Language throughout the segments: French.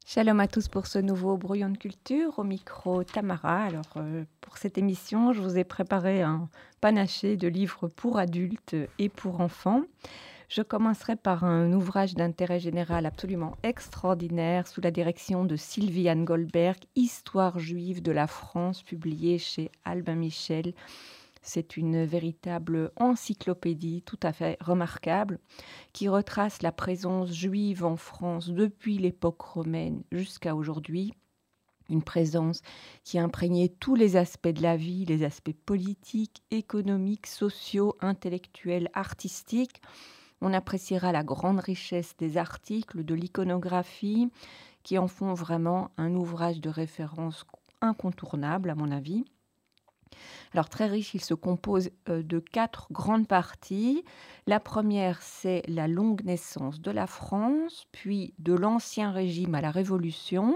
Shalom à tous pour ce nouveau brouillon de culture. Au micro, Tamara. Pour cette émission, je vous ai préparé un panaché de livres pour adultes et pour enfants. Je commencerai par un ouvrage d'intérêt général absolument extraordinaire sous la direction de Sylvie Anne Goldberg, Histoire juive de la France, publié chez Albin Michel. C'est une véritable encyclopédie tout à fait remarquable qui retrace la présence juive en France depuis l'époque romaine jusqu'à aujourd'hui. Une présence qui a imprégné tous les aspects de la vie, les aspects politiques, économiques, sociaux, intellectuels, artistiques. On appréciera la grande richesse des articles, de l'iconographie, qui en font vraiment un ouvrage de référence incontournable, à mon avis. Alors très riche, il se compose de 4 grandes parties. La première, c'est la longue naissance de la France, puis de l'Ancien Régime à la Révolution,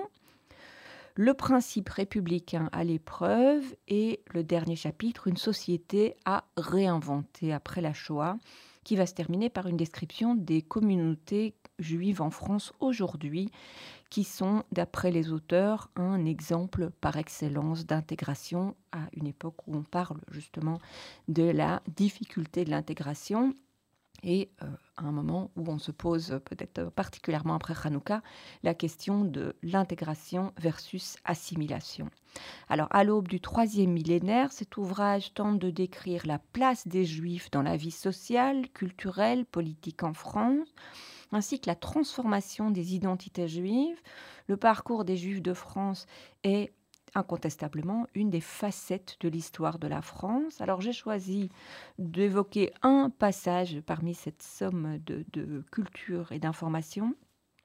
le principe républicain à l'épreuve et le dernier chapitre, une société à réinventer après la Shoah, qui va se terminer par une description des communautés juives en France aujourd'hui, qui sont, d'après les auteurs, un exemple par excellence d'intégration à une époque où on parle justement de la difficulté de l'intégration et à un moment où on se pose, peut-être particulièrement après Hanouka, la question de l'intégration versus assimilation. Alors, à l'aube du troisième millénaire, cet ouvrage tente de décrire la place des Juifs dans la vie sociale, culturelle, politique en France, ainsi que la transformation des identités juives. Le parcours des Juifs de France est incontestablement une des facettes de l'histoire de la France. Alors j'ai choisi d'évoquer un passage parmi cette somme de culture et d'informations.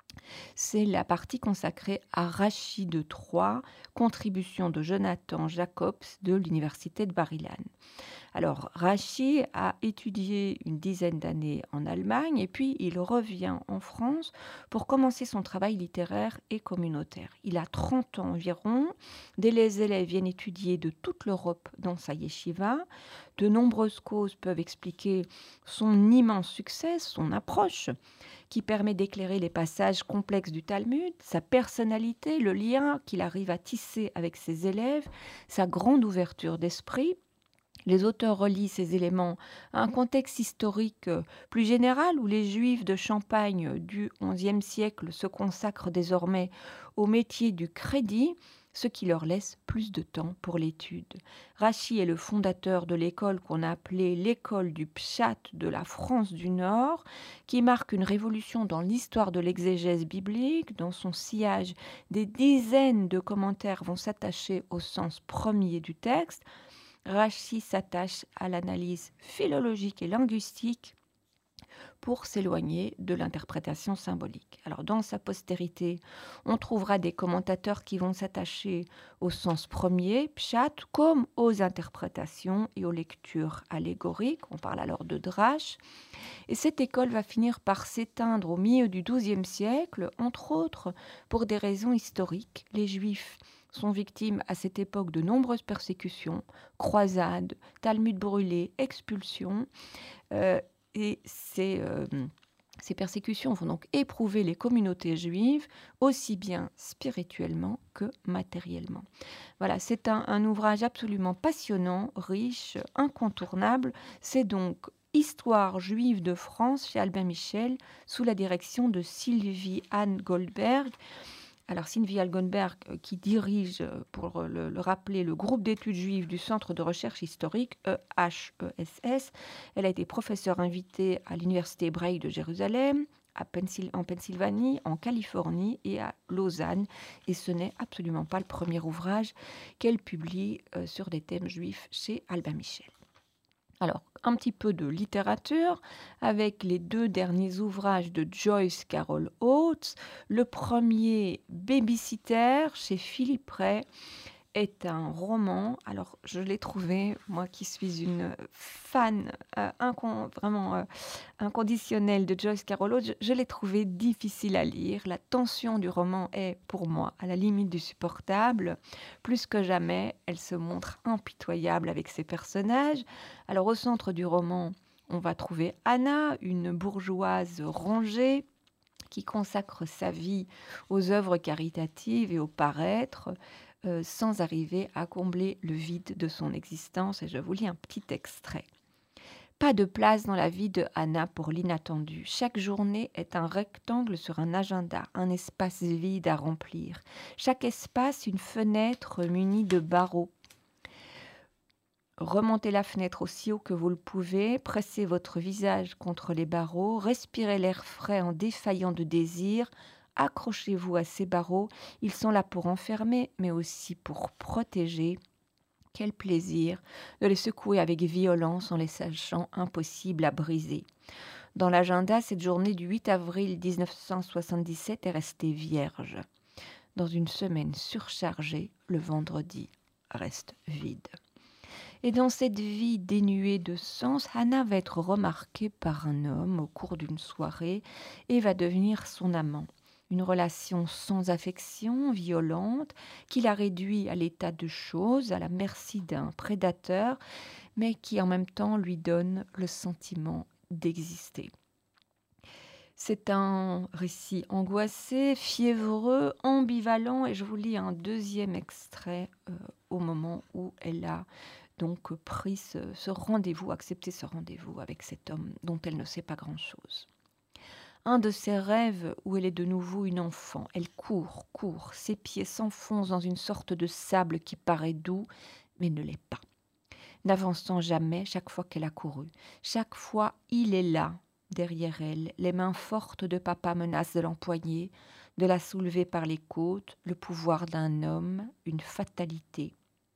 C'est la partie consacrée à Rachid de Troyes, contribution de Jonathan Jacobs de l'université de Bar-Ilan. Alors, Rachi a étudié une dizaine d'années en Allemagne et puis il revient en France pour commencer son travail littéraire et communautaire. Il a 30 ans environ. Les élèves viennent étudier de toute l'Europe dans sa yeshiva. De nombreuses causes peuvent expliquer son immense succès, son approche qui permet d'éclairer les passages complexes du Talmud, sa personnalité, le lien qu'il arrive à tisser avec ses élèves, sa grande ouverture d'esprit. Les auteurs relient ces éléments à un contexte historique plus général où les Juifs de Champagne du XIe siècle se consacrent désormais au métier du crédit, ce qui leur laisse plus de temps pour l'étude. Rachi est le fondateur de l'école qu'on a appelée l'école du Pshat de la France du Nord, qui marque une révolution dans l'histoire de l'exégèse biblique. Dans son sillage, des dizaines de commentaires vont s'attacher au sens premier du texte. Rachi s'attache à l'analyse philologique et linguistique pour s'éloigner de l'interprétation symbolique. Alors dans sa postérité, on trouvera des commentateurs qui vont s'attacher au sens premier, pshat, comme aux interprétations et aux lectures allégoriques. On parle alors de drash. Et cette école va finir par s'éteindre au milieu du XIIe siècle, entre autres pour des raisons historiques. Les Juifs sont victimes à cette époque de nombreuses persécutions, croisades, Talmud brûlé, expulsions. Et ces persécutions vont donc éprouver les communautés juives aussi bien spirituellement que matériellement. Voilà, c'est un ouvrage absolument passionnant, riche, incontournable. C'est donc Histoire juive de France chez Albin Michel sous la direction de Sylvie Anne Goldberg. Alors Sylvie Anne Goldberg qui dirige, pour le rappeler, le groupe d'études juives du Centre de recherche historique EHESS. Elle a été professeure invitée à l'Université hébraïque de Jérusalem, en Pennsylvanie, en Californie et à Lausanne. Et ce n'est absolument pas le premier ouvrage qu'elle publie sur des thèmes juifs chez Albin Michel. Alors, un petit peu de littérature avec les 2 derniers ouvrages de Joyce Carol Oates. Le premier, Babysitter, chez Philippe Ray, est un roman. Alors, je l'ai trouvé, moi qui suis une fan vraiment inconditionnelle de Joyce Carol Oates, je l'ai trouvé difficile à lire. La tension du roman est, pour moi, à la limite du supportable. Plus que jamais, elle se montre impitoyable avec ses personnages. Alors, au centre du roman, on va trouver Anna, une bourgeoise rangée, qui consacre sa vie aux œuvres caritatives et au paraître, sans arriver à combler le vide de son existence. Et je vous lis un petit extrait. Pas de place dans la vie de Anna pour l'inattendu. Chaque journée est un rectangle sur un agenda, un espace vide à remplir. Chaque espace, une fenêtre munie de barreaux. Remontez la fenêtre aussi haut que vous le pouvez, pressez votre visage contre les barreaux, respirez l'air frais en défaillant de désir, accrochez-vous à ces barreaux, ils sont là pour enfermer, mais aussi pour protéger. Quel plaisir de les secouer avec violence en les sachant impossibles à briser. Dans l'agenda, cette journée du 8 avril 1977 est restée vierge. Dans une semaine surchargée, le vendredi reste vide. Et dans cette vie dénuée de sens, Hannah va être remarquée par un homme au cours d'une soirée et va devenir son amant. Une relation sans affection, violente, qui la réduit à l'état de choses, à la merci d'un prédateur, mais qui en même temps lui donne le sentiment d'exister. C'est un récit angoissé, fiévreux, ambivalent, et je vous lis un deuxième extrait au moment où elle a donc pris ce rendez-vous, accepté ce rendez-vous avec cet homme dont elle ne sait pas grand-chose. Un de ses rêves où elle est de nouveau une enfant. Elle court, ses pieds s'enfoncent dans une sorte de sable qui paraît doux, mais ne l'est pas. N'avançant jamais chaque fois qu'elle a couru. Chaque fois, il est là, derrière elle. Les mains fortes de papa menacent de l'empoigner, de la soulever par les côtes, le pouvoir d'un homme, une fatalité.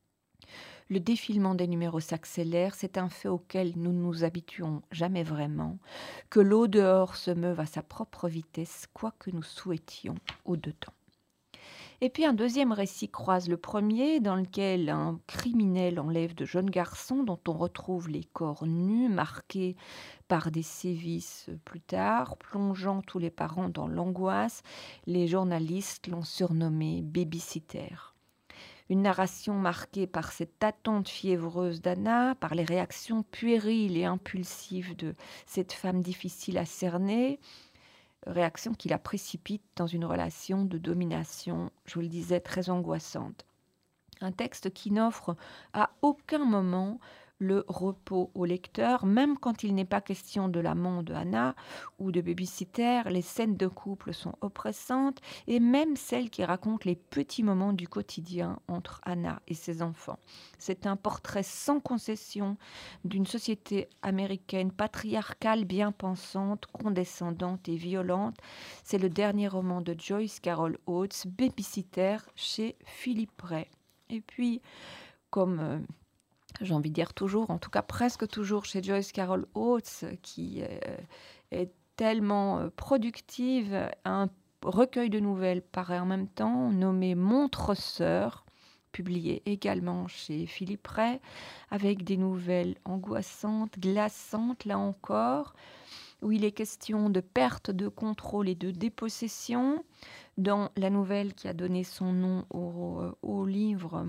Le défilement des numéros s'accélère, c'est un fait auquel nous ne nous habituons jamais vraiment, que l'eau dehors se meuve à sa propre vitesse, quoi que nous souhaitions au-dedans. Et puis un deuxième récit croise le premier, dans lequel un criminel enlève de jeunes garçons dont on retrouve les corps nus, marqués par des sévices plus tard, plongeant tous les parents dans l'angoisse. Les journalistes l'ont surnommé babysitter. Une narration marquée par cette attente fiévreuse d'Anna, par les réactions puériles et impulsives de cette femme difficile à cerner, réaction qui la précipite dans une relation de domination, je vous le disais, très angoissante. Un texte qui n'offre à aucun moment le repos au lecteur, même quand il n'est pas question de l'amant de Hannah ou de babysitter, les scènes de couple sont oppressantes et même celles qui racontent les petits moments du quotidien entre Hannah et ses enfants. C'est un portrait sans concession d'une société américaine patriarcale, bien pensante, condescendante et violente. C'est le dernier roman de Joyce Carol Oates, Babysitter, chez Philippe Ray. Et puis, comme j'ai envie de dire toujours, en tout cas presque toujours chez Joyce Carol Oates, qui est tellement productive, un recueil de nouvelles paraît en même temps, nommé Montre-sœur, publié également chez Philippe Ray, avec des nouvelles angoissantes, glaçantes, là encore, où il est question de perte de contrôle et de dépossession. Dans la nouvelle qui a donné son nom au livre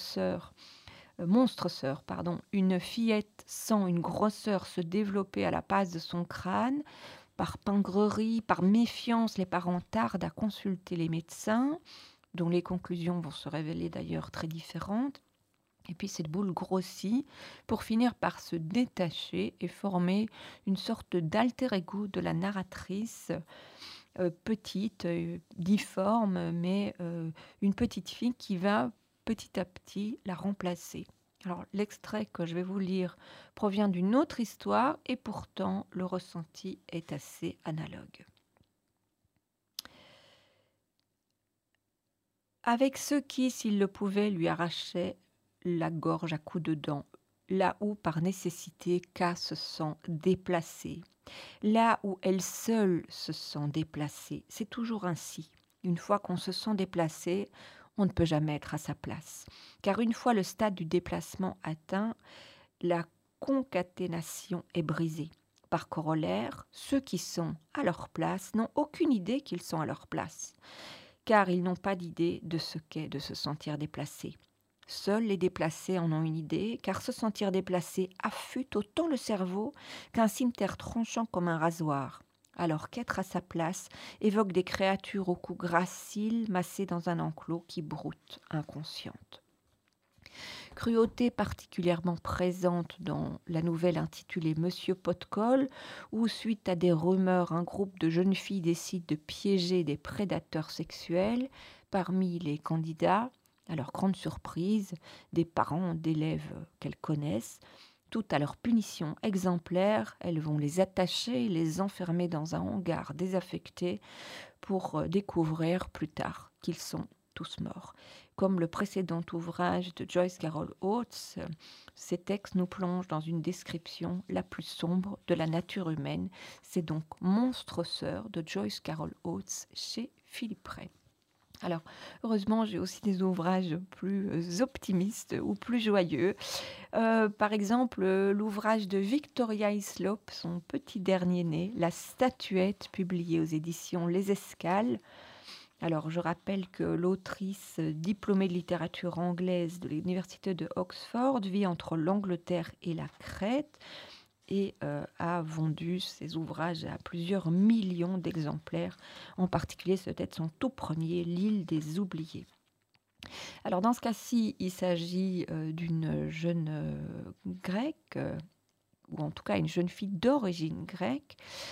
Monstre Sœur, une fillette sent une grosseur se développer à la base de son crâne. Par pingrerie, par méfiance, les parents tardent à consulter les médecins, dont les conclusions vont se révéler d'ailleurs très différentes. Et puis cette boule grossit pour finir par se détacher et former une sorte d'alter ego de la narratrice, petite, difforme, mais une petite fille qui va petit à petit la remplacer. Alors l'extrait que je vais vous lire provient d'une autre histoire et pourtant le ressenti est assez analogue. Avec ceux qui, s'ils le pouvaient, lui arrachaient la gorge à coups de dents, là où par nécessité K se sent déplacée, là où elle seule se sent déplacée. C'est toujours ainsi. Une fois qu'on se sent déplacé, on ne peut jamais être à sa place. Car une fois le stade du déplacement atteint, la concaténation est brisée. Par corollaire, ceux qui sont à leur place n'ont aucune idée qu'ils sont à leur place, car ils n'ont pas d'idée de ce qu'est de se sentir déplacé. Seuls les déplacés en ont une idée, car se sentir déplacé affûte autant le cerveau qu'un cimeterre tranchant comme un rasoir. alors qu'être à sa place évoque des créatures au cou gracile massées dans un enclos qui broutent inconscientes. Cruauté particulièrement présente dans la nouvelle intitulée Monsieur Pot-de-Colle, où, suite à des rumeurs, un groupe de jeunes filles décide de piéger des prédateurs sexuels parmi les candidats. À leur grande surprise, des parents d'élèves qu'elles connaissent. Tout à leur punition exemplaire, elles vont les attacher et les enfermer dans un hangar désaffecté pour découvrir plus tard qu'ils sont tous morts. Comme le précédent ouvrage de Joyce Carol Oates, ces textes nous plongent dans une description la plus sombre de la nature humaine. C'est donc Monstre Sœur de Joyce Carol Oates chez Philippe Ray. Alors, heureusement, j'ai aussi des ouvrages plus optimistes ou plus joyeux. Par exemple, l'ouvrage de Victoria Hislop, son petit dernier-né, La Statuette, publié aux éditions Les Escales. Alors, je rappelle que l'autrice diplômée de littérature anglaise de l'université de Oxford vit entre l'Angleterre et la Crète et a vendu ses ouvrages à plusieurs millions d'exemplaires. En particulier, c'est peut-être son tout premier, L'île des oubliés. Alors, dans ce cas-ci, il s'agit d'une jeune grecque, ou en tout cas une jeune fille d'origine grecque,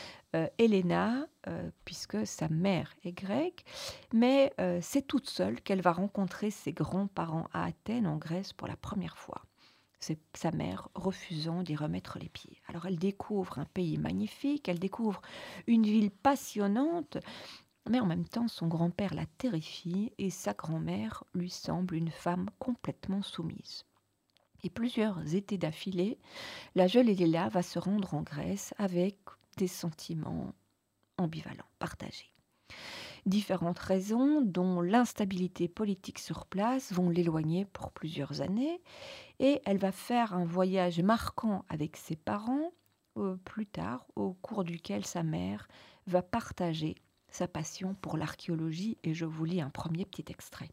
Helena, puisque sa mère est grecque, mais c'est toute seule qu'elle va rencontrer ses grands-parents à Athènes, en Grèce, pour la première fois. C'est sa mère refusant d'y remettre les pieds. Alors elle découvre un pays magnifique, elle découvre une ville passionnante, mais en même temps son grand-père la terrifie et sa grand-mère lui semble une femme complètement soumise. Et plusieurs étés d'affilée, la jeune Helena va se rendre en Grèce avec des sentiments ambivalents, partagés. Différentes raisons, dont l'instabilité politique sur place, vont l'éloigner pour plusieurs années et elle va faire un voyage marquant avec ses parents plus tard, au cours duquel sa mère va partager sa passion pour l'archéologie et je vous lis un premier petit extrait.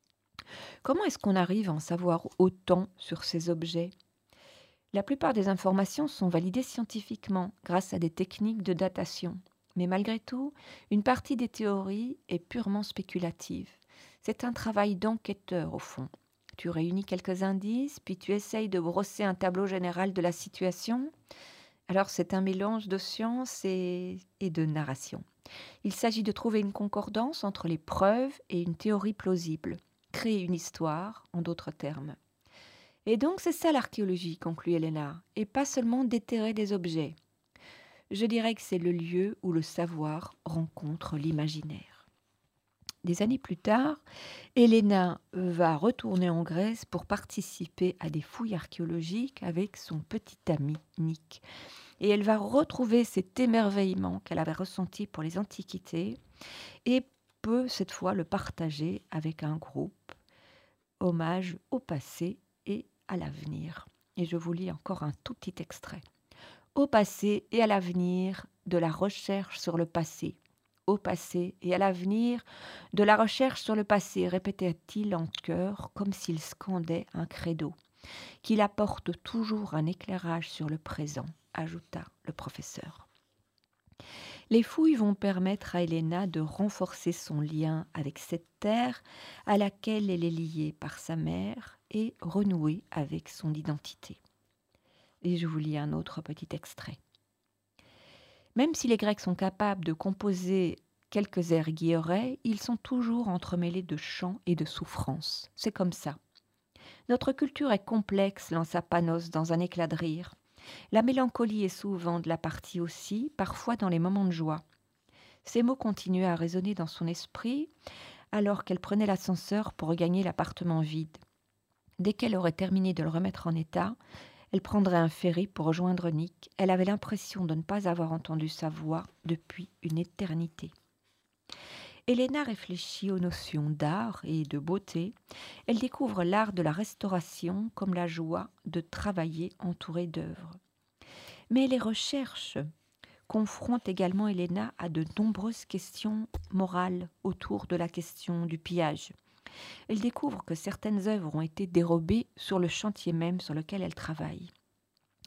Comment est-ce qu'on arrive à en savoir autant sur ces objets ? La plupart des informations sont validées scientifiquement grâce à des techniques de datation. Mais malgré tout, une partie des théories est purement spéculative. C'est un travail d'enquêteur au fond. Tu réunis quelques indices, puis tu essayes de brosser un tableau général de la situation. Alors c'est un mélange de science et de narration. Il s'agit de trouver une concordance entre les preuves et une théorie plausible. Créer une histoire, en d'autres termes. Et donc c'est ça l'archéologie, conclut Helena, et pas seulement déterrer des objets. Je dirais que c'est le lieu où le savoir rencontre l'imaginaire. Des années plus tard, Helena va retourner en Grèce pour participer à des fouilles archéologiques avec son petit ami Nick. Et elle va retrouver cet émerveillement qu'elle avait ressenti pour les antiquités et peut cette fois le partager avec un groupe. Hommage au passé et à l'avenir. Et je vous lis encore un tout petit extrait. Au passé et à l'avenir de la recherche sur le passé. Au passé et à l'avenir de la recherche sur le passé, répétait-il en chœur comme s'il scandait un credo, qu'il apporte toujours un éclairage sur le présent, ajouta le professeur. Les fouilles vont permettre à Helena de renforcer son lien avec cette terre à laquelle elle est liée par sa mère et renouer avec son identité. Et je vous lis un autre petit extrait. Même si les Grecs sont capables de composer quelques airs guillerets, ils sont toujours entremêlés de chants et de souffrances. C'est comme ça. Notre culture est complexe, lança Panos dans un éclat de rire. La mélancolie est souvent de la partie aussi, parfois dans les moments de joie. Ces mots continuaient à résonner dans son esprit alors qu'elle prenait l'ascenseur pour regagner l'appartement vide. Dès qu'elle aurait terminé de le remettre en état, elle prendrait un ferry pour rejoindre Nick. Elle avait l'impression de ne pas avoir entendu sa voix depuis une éternité. Helena réfléchit aux notions d'art et de beauté. Elle découvre l'art de la restauration comme la joie de travailler entourée d'œuvres. Mais les recherches confrontent également Helena à de nombreuses questions morales autour de la question du pillage. Elle découvre que certaines œuvres ont été dérobées sur le chantier même sur lequel elle travaille.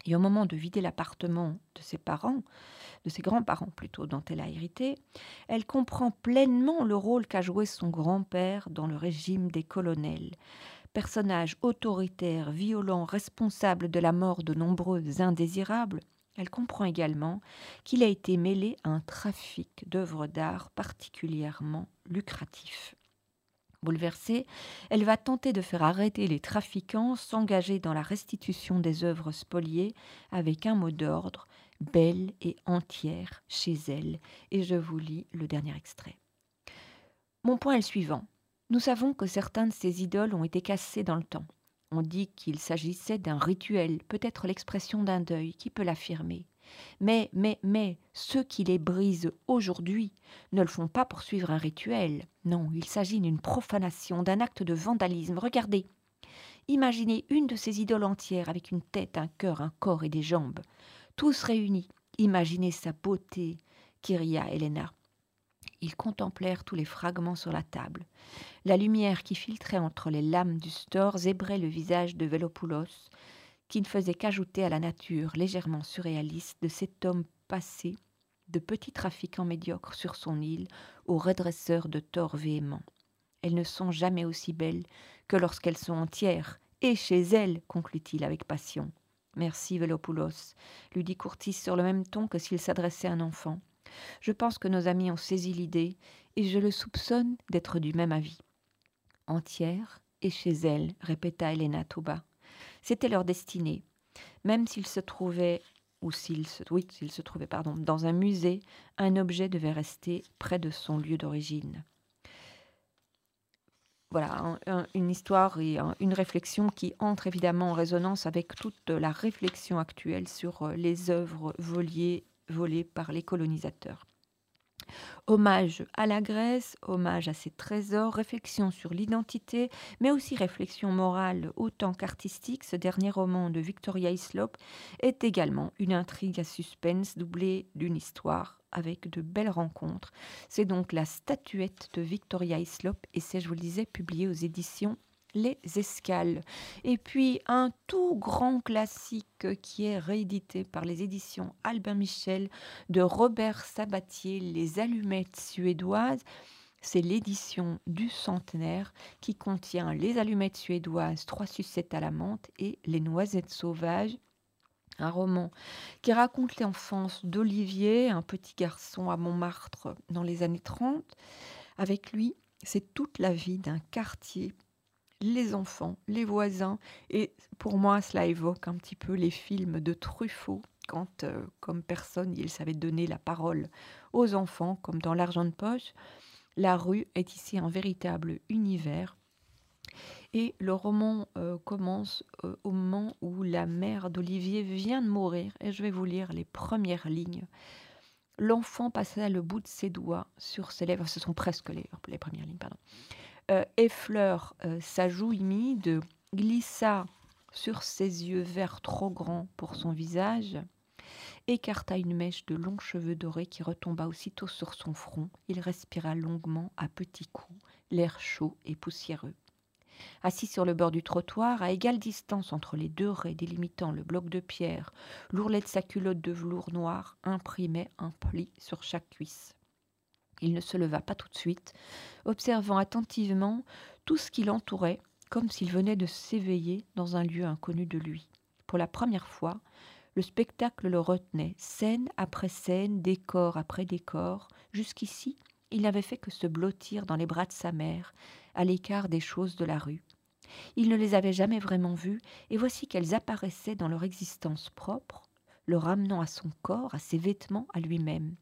Et au moment de vider l'appartement de ses parents, de ses grands-parents plutôt, dont elle a hérité, elle comprend pleinement le rôle qu'a joué son grand-père dans le régime des colonels. Personnage autoritaire, violent, responsable de la mort de nombreux indésirables, elle comprend également qu'il a été mêlé à un trafic d'œuvres d'art particulièrement lucratif. Bouleversée, elle va tenter de faire arrêter les trafiquants, s'engager dans la restitution des œuvres spoliées avec un mot d'ordre, belle et entière chez elle. Et je vous lis le dernier extrait. Mon point est le suivant. Nous savons que certains de ces idoles ont été cassés dans le temps. On dit qu'il s'agissait d'un rituel, peut-être l'expression d'un deuil, qui peut l'affirmer. Mais, ceux qui les brisent aujourd'hui ne le font pas pour suivre un rituel. Non, il s'agit d'une profanation, d'un acte de vandalisme. Regardez, imaginez une de ces idoles entières avec une tête, un cœur, un corps et des jambes. Tous réunis, imaginez sa beauté, Kyria Helena. Ils contemplèrent tous les fragments sur la table. La lumière qui filtrait entre les lames du store zébrait le visage de Velopoulos, qui ne faisait qu'ajouter à la nature légèrement surréaliste de cet homme passé, de petit trafiquant médiocre sur son île, au redresseur de torts véhéments. Elles ne sont jamais aussi belles que lorsqu'elles sont entières, et chez elles, conclut-il avec passion. Merci, Velopoulos, lui dit Courtis sur le même ton que s'il s'adressait à un enfant. Je pense que nos amis ont saisi l'idée, et je le soupçonne d'être du même avis. Entière, et chez elles, répéta Helena tout bas. C'était leur destinée. Même s'ils se trouvaient, s'ils se trouvaient, dans un musée, un objet devait rester près de son lieu d'origine. Voilà, une histoire et une réflexion qui entre évidemment en résonance avec toute la réflexion actuelle sur les œuvres volées par les colonisateurs. Hommage à la Grèce, hommage à ses trésors, réflexion sur l'identité, mais aussi réflexion morale autant qu'artistique, ce dernier roman de Victoria Hislop est également une intrigue à suspense doublée d'une histoire avec de belles rencontres. C'est donc La Statuette de Victoria Hislop et c'est, je vous le disais, publié aux éditions Les Escales. Et puis un tout grand classique qui est réédité par les éditions Albin Michel de Robert Sabatier, Les Allumettes suédoises. C'est l'édition du centenaire qui contient Les Allumettes suédoises, 3 sucettes à la menthe et Les Noisettes sauvages. Un roman qui raconte l'enfance d'Olivier, un petit garçon à Montmartre dans les années 30. Avec lui, c'est toute la vie d'un quartier, les enfants, les voisins. Et pour moi, cela évoque un petit peu les films de Truffaut, quand, comme personne, il savait donner la parole aux enfants, comme dans L'Argent de poche. La rue est ici un véritable univers. Et le roman commence au moment où la mère d'Olivier vient de mourir. Et je vais vous lire les premières lignes. L'enfant passa le bout de ses doigts sur ses lèvres. Ce sont presque les premières lignes, pardon. Effleure sa joue humide, glissa sur ses yeux verts trop grands pour son visage, écarta une mèche de longs cheveux dorés qui retomba aussitôt sur son front. Il respira longuement à petits coups, l'air chaud et poussiéreux. Assis sur le bord du trottoir, à égale distance entre les deux raies délimitant le bloc de pierre, l'ourlet de sa culotte de velours noir imprimait un pli sur chaque cuisse. Il ne se leva pas tout de suite, observant attentivement tout ce qui l'entourait, comme s'il venait de s'éveiller dans un lieu inconnu de lui. Pour la première fois, le spectacle le retenait, scène après scène, décor après décor. Jusqu'ici, il n'avait fait que se blottir dans les bras de sa mère, à l'écart des choses de la rue. Il ne les avait jamais vraiment vues, et voici qu'elles apparaissaient dans leur existence propre, le ramenant à son corps, à ses vêtements, à lui-même.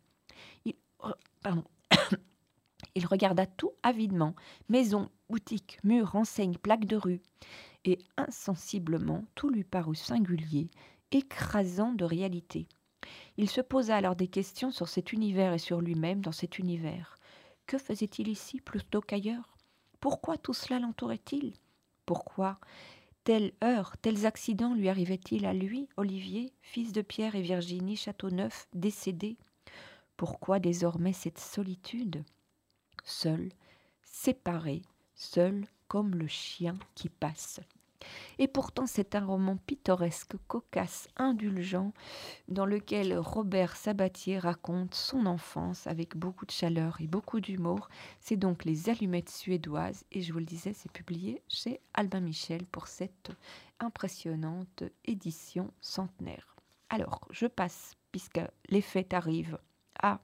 Il regarda tout avidement, maison, boutique, murs, enseignes, plaques de rue, et insensiblement tout lui parut singulier, écrasant de réalité. Il se posa alors des questions sur cet univers et sur lui-même dans cet univers. Que faisait-il ici plutôt qu'ailleurs? Pourquoi tout cela l'entourait-il? Pourquoi telle heure, tels accidents lui arrivaient-ils à lui, Olivier, fils de Pierre et Virginie Châteauneuf, décédé? Pourquoi désormais cette solitude? Seul, séparé, seul comme le chien qui passe. Et pourtant, c'est un roman pittoresque, cocasse, indulgent, dans lequel Robert Sabatier raconte son enfance avec beaucoup de chaleur et beaucoup d'humour. C'est donc Les Allumettes suédoises et je vous le disais, c'est publié chez Albin Michel pour cette impressionnante édition centenaire. Alors, je passe, puisque les fêtes arrivent, à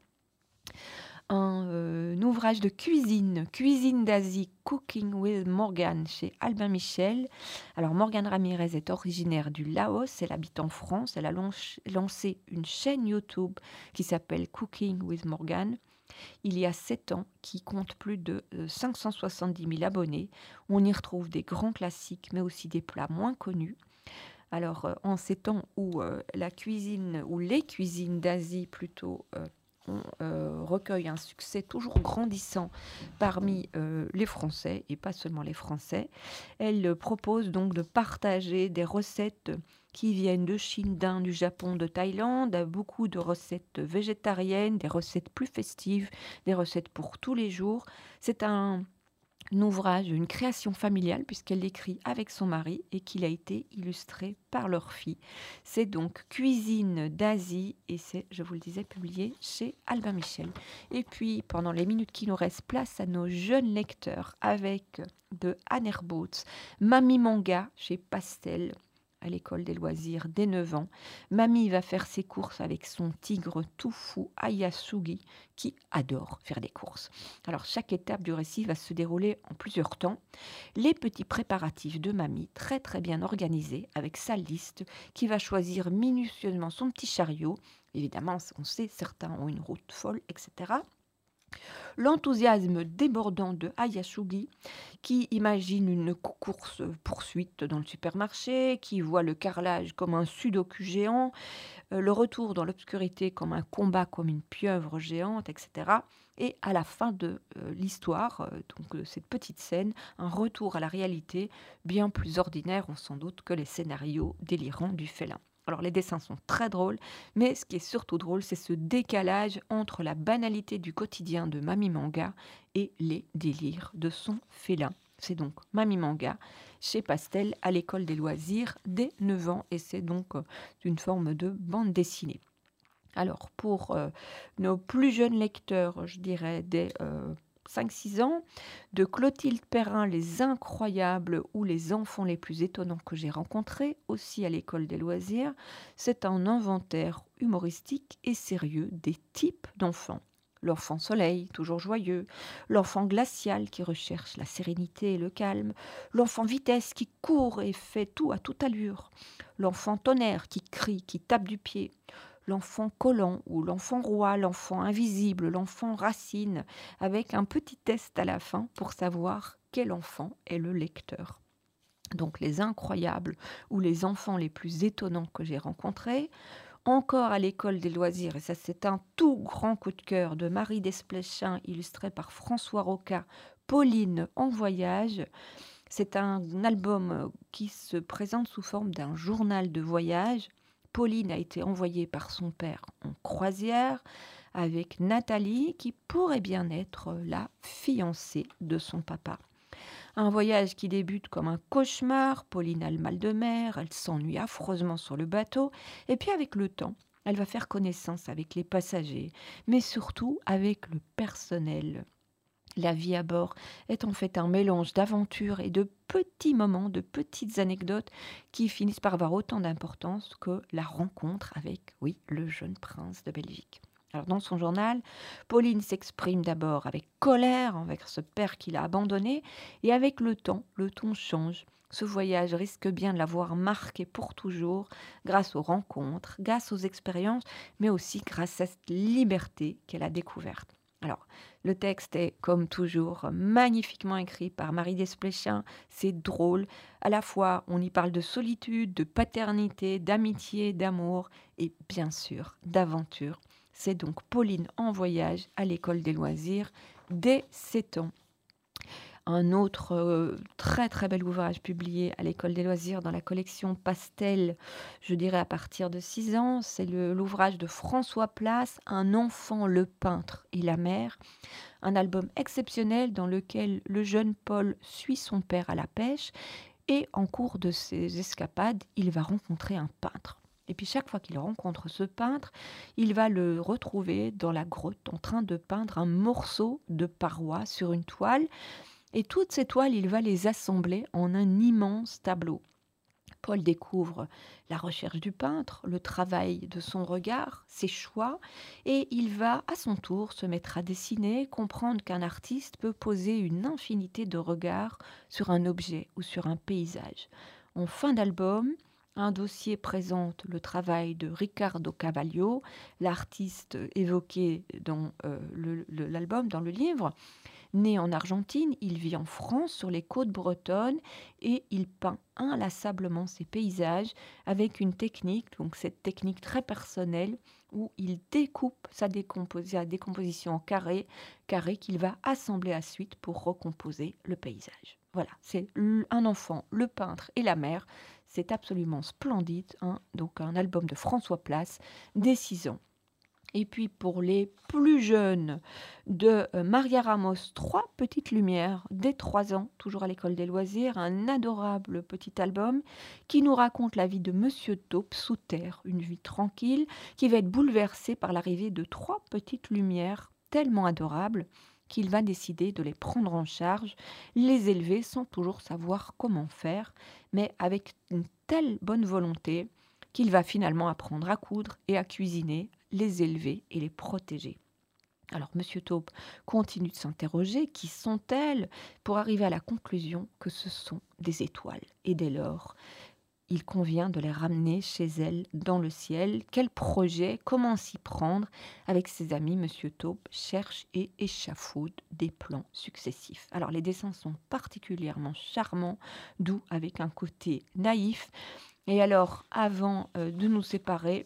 un ouvrage de cuisine d'Asie, Cooking with Morgane, chez Albin Michel. Alors, Morgane Ramirez est originaire du Laos, elle habite en France, elle a lancé une chaîne YouTube qui s'appelle Cooking with Morgane il y a 7 ans, qui compte plus de 570 000 abonnés. On y retrouve des grands classiques, mais aussi des plats moins connus. Alors, en ces temps où la cuisine, ou les cuisines d'Asie plutôt, recueillent un succès toujours grandissant parmi les Français, et pas seulement les Français, elle propose donc de partager des recettes qui viennent de Chine, d'Inde, du Japon, de Thaïlande, beaucoup de recettes végétariennes, des recettes plus festives, des recettes pour tous les jours. C'est un ouvrage, une création familiale, puisqu'elle l'écrit avec son mari et qu'il a été illustré par leur fille. C'est donc Cuisine d'Asie et c'est, je vous le disais, publié chez Albin Michel. Et puis, pendant les minutes qui nous restent, place à nos jeunes lecteurs avec de Anne Herbaut, Mamie Manga chez Pastel, à l'école des loisirs dès 9 ans. Mamie va faire ses courses avec son tigre tout fou, Ayasugi, qui adore faire des courses. Alors, chaque étape du récit va se dérouler en plusieurs temps. Les petits préparatifs de Mamie, très très bien organisés, avec sa liste, qui va choisir minutieusement son petit chariot. Évidemment, on sait, certains ont une route folle, etc. L'enthousiasme débordant de Ayasugi, qui imagine une course-poursuite dans le supermarché, qui voit le carrelage comme un sudoku géant, le retour dans l'obscurité comme un combat comme une pieuvre géante, etc. Et à la fin de l'histoire, donc cette petite scène, un retour à la réalité bien plus ordinaire, on sans doute, que les scénarios délirants du félin. Alors les dessins sont très drôles, mais ce qui est surtout drôle, c'est ce décalage entre la banalité du quotidien de Mamie Manga et les délires de son félin. C'est donc Mamie Manga chez Pastel à l'école des loisirs dès 9 ans et c'est donc une forme de bande dessinée. Alors pour nos plus jeunes lecteurs, je dirais dès 5-6 ans, de Clotilde Perrin, Les Incroyables ou Les enfants les plus étonnants que j'ai rencontrés, aussi à l'école des loisirs, c'est un inventaire humoristique et sérieux des types d'enfants. L'enfant soleil, toujours joyeux, l'enfant glacial qui recherche la sérénité et le calme, l'enfant vitesse qui court et fait tout à toute allure, l'enfant tonnerre qui crie, qui tape du pied, l'enfant collant ou l'enfant roi, l'enfant invisible, l'enfant racine, avec un petit test à la fin pour savoir quel enfant est le lecteur. Donc les incroyables ou les enfants les plus étonnants que j'ai rencontrés. Encore à l'école des loisirs, et ça c'est un tout grand coup de cœur de Marie Desplechin, illustré par François Roca, Pauline en voyage. C'est un album qui se présente sous forme d'un journal de voyage. Pauline a été envoyée par son père en croisière avec Nathalie, qui pourrait bien être la fiancée de son papa. Un voyage qui débute comme un cauchemar, Pauline a le mal de mer, elle s'ennuie affreusement sur le bateau, et puis avec le temps, elle va faire connaissance avec les passagers, mais surtout avec le personnel. La vie à bord est en fait un mélange d'aventures et de petits moments, de petites anecdotes qui finissent par avoir autant d'importance que la rencontre avec, oui, le jeune prince de Belgique. Alors dans son journal, Pauline s'exprime d'abord avec colère envers ce père qui l'a abandonné et avec le temps, le ton change. Ce voyage risque bien de l'avoir marqué pour toujours grâce aux rencontres, grâce aux expériences, mais aussi grâce à cette liberté qu'elle a découverte. Alors, le texte est, comme toujours, magnifiquement écrit par Marie Desplechin. C'est drôle. À la fois, on y parle de solitude, de paternité, d'amitié, d'amour et bien sûr d'aventure. C'est donc Pauline en voyage à l'école des loisirs dès 7 ans. Un autre très très bel ouvrage publié à l'école des loisirs dans la collection Pastel, je dirais à partir de 6 ans, c'est l'ouvrage de François Place, Un enfant, le peintre et la mer, un album exceptionnel dans lequel le jeune Paul suit son père à la pêche Et en cours de ces escapades, il va rencontrer un peintre. Et puis chaque fois qu'il rencontre ce peintre, il va le retrouver dans la grotte en train de peindre un morceau de paroi sur une toile. Et toutes ces toiles, il va les assembler en un immense tableau. Paul découvre la recherche du peintre, le travail de son regard, ses choix, et il va à son tour se mettre à dessiner, comprendre qu'un artiste peut poser une infinité de regards sur un objet ou sur un paysage. En fin d'album, un dossier présente le travail de Ricardo Cavaglio, l'artiste évoqué dans l'album, dans le livre. Né en Argentine, il vit en France, sur les côtes bretonnes, et il peint inlassablement ses paysages avec une technique, donc cette technique très personnelle, où il découpe sa décomposition en carrés qu'il va assembler à suite pour recomposer le paysage. Voilà, c'est un enfant, le peintre et la mère. C'est absolument splendide, hein. Donc un album de François Place, dès 6 ans. Et puis pour les plus jeunes, de Maria Ramos, 3 petites lumières, dès 3 ans, toujours à l'école des loisirs, un adorable petit album qui nous raconte la vie de Monsieur Taupe sous terre, une vie tranquille, qui va être bouleversée par l'arrivée de 3 petites lumières tellement adorables qu'il va décider de les prendre en charge, les élever sans toujours savoir comment faire, mais avec une telle bonne volonté qu'il va finalement apprendre à coudre et à cuisiner, les élever et les protéger. Alors Monsieur Taupe continue de s'interroger, qui sont-elles, pour arriver à la conclusion que ce sont des étoiles. Et dès lors, il convient de les ramener chez elles dans le ciel. Quel projet, comment s'y prendre? Avec ses amis, Monsieur Taupe cherche et échafaude des plans successifs. Alors les dessins sont particulièrement charmants, doux, avec un côté naïf. Et alors, avant de nous séparer,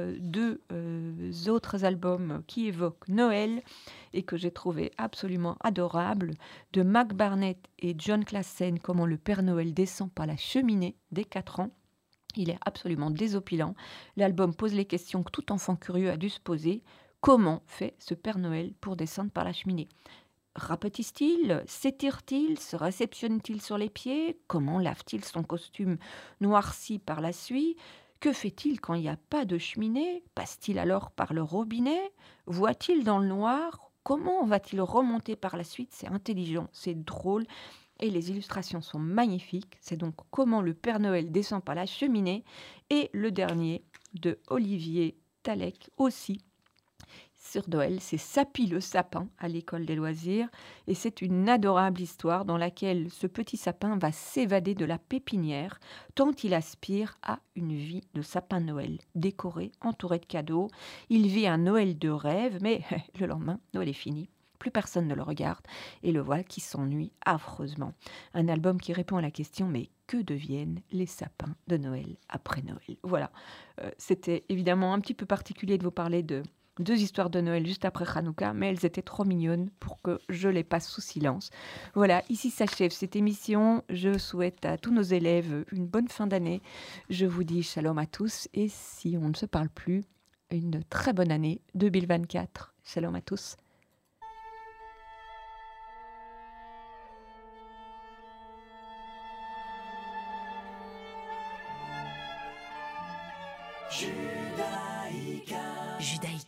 2 autres albums qui évoquent Noël et que j'ai trouvé absolument adorables, de Mac Barnett et John Classen, Comment le Père Noël descend par la cheminée dès 4 ans. Il est absolument désopilant. L'album pose les questions que tout enfant curieux a dû se poser. Comment fait ce Père Noël pour descendre par la cheminée? Rapetisse-t-il? S'étire-t-il? Se réceptionne-t-il sur les pieds? Comment lave-t-il son costume noirci par la suie? Que fait-il quand il n'y a pas de cheminée? Passe-t-il alors par le robinet? Voit-il dans le noir? Comment va-t-il remonter par la suite? C'est intelligent, c'est drôle et les illustrations sont magnifiques. C'est donc Comment le Père Noël descend par la cheminée. Et le dernier de Olivier Talek aussi sur Noël, c'est Sapi le sapin à l'école des loisirs et c'est une adorable histoire dans laquelle ce petit sapin va s'évader de la pépinière tant il aspire à une vie de sapin Noël, décoré, entouré de cadeaux. Il vit un Noël de rêve, mais le lendemain, Noël est fini. Plus personne ne le regarde et le voilà qui s'ennuie affreusement. Un album qui répond à la question « Mais que deviennent les sapins de Noël après Noël ?» Voilà, c'était évidemment un petit peu particulier de vous parler de 2 histoires de Noël juste après Hanouka, mais elles étaient trop mignonnes pour que je les passe sous silence. Voilà, ici s'achève cette émission. Je souhaite à tous nos élèves une bonne fin d'année. Je vous dis shalom à tous et si on ne se parle plus, une très bonne année 2024. Shalom à tous. Judaïka.